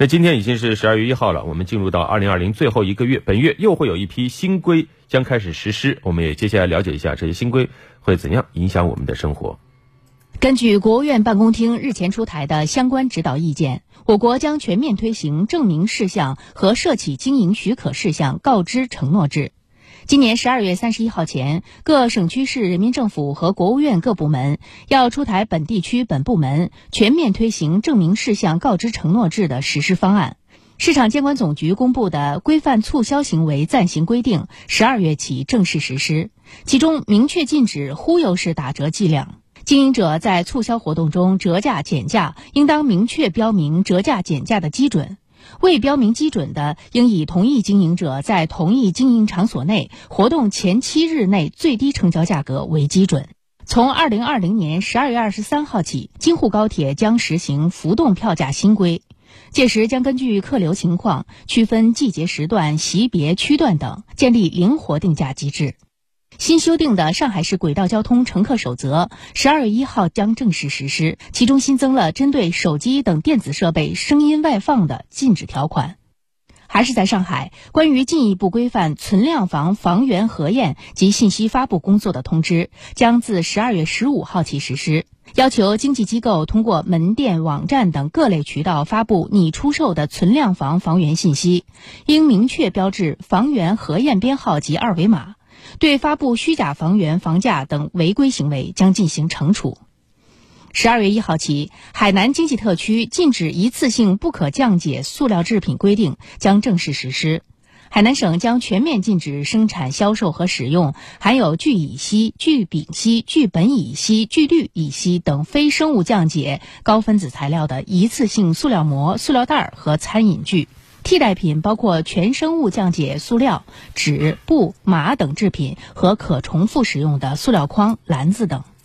那今天已经是12月1号了，我们进入到2020最后一个月，本月又会有一批新规将开始实施，我们也接下来了解一下这些新规会怎样影响我们的生活。 根据国务院办公厅日前出台的相关指导意见，我国将全面推行证明事项和涉企经营许可事项告知承诺制。今年12月31号前，各省区市人民政府和国务院各部门要出台本地区本部门全面推行证明事项告知承诺制的实施方案。市场监管总局公布的规范促销行为暂行规定12月起正式实施，其中明确禁止忽悠式打折计量。经营者在促销活动中折价减价，应当明确标明折价减价的基准。未标明基准的，应以同一经营者在同一经营场所内活动前7日内最低成交价格为基准。从2020年12月23号起，京沪高铁将实行浮动票价新规，届时将根据客流情况区分季节时段、席别、区段等，建立灵活定价机制。新修订的上海市轨道交通乘客守则12月1号将正式实施，其中新增了针对手机等电子设备声音外放的禁止条款。还是在上海，关于进一步规范存量房房源核验及信息发布工作的通知将自12月15号起实施，要求经纪机构通过门店、网站等各类渠道发布拟出售的存量房房源信息，应明确标志房源核验编号及二维码。对发布虚假房源房价等违规行为将进行惩处。12月1号起，海南经济特区禁止一次性不可降解塑料制品规定将正式实施。海南省将全面禁止生产、销售和使用含有聚乙烯、聚丙烯、聚苯乙烯、聚氯乙烯等非生物降解高分子材料的一次性塑料膜、塑料袋和餐饮具。替代品包括全生物降解塑料、纸、布、麻等制品和可重复使用的塑料筐、篮子等。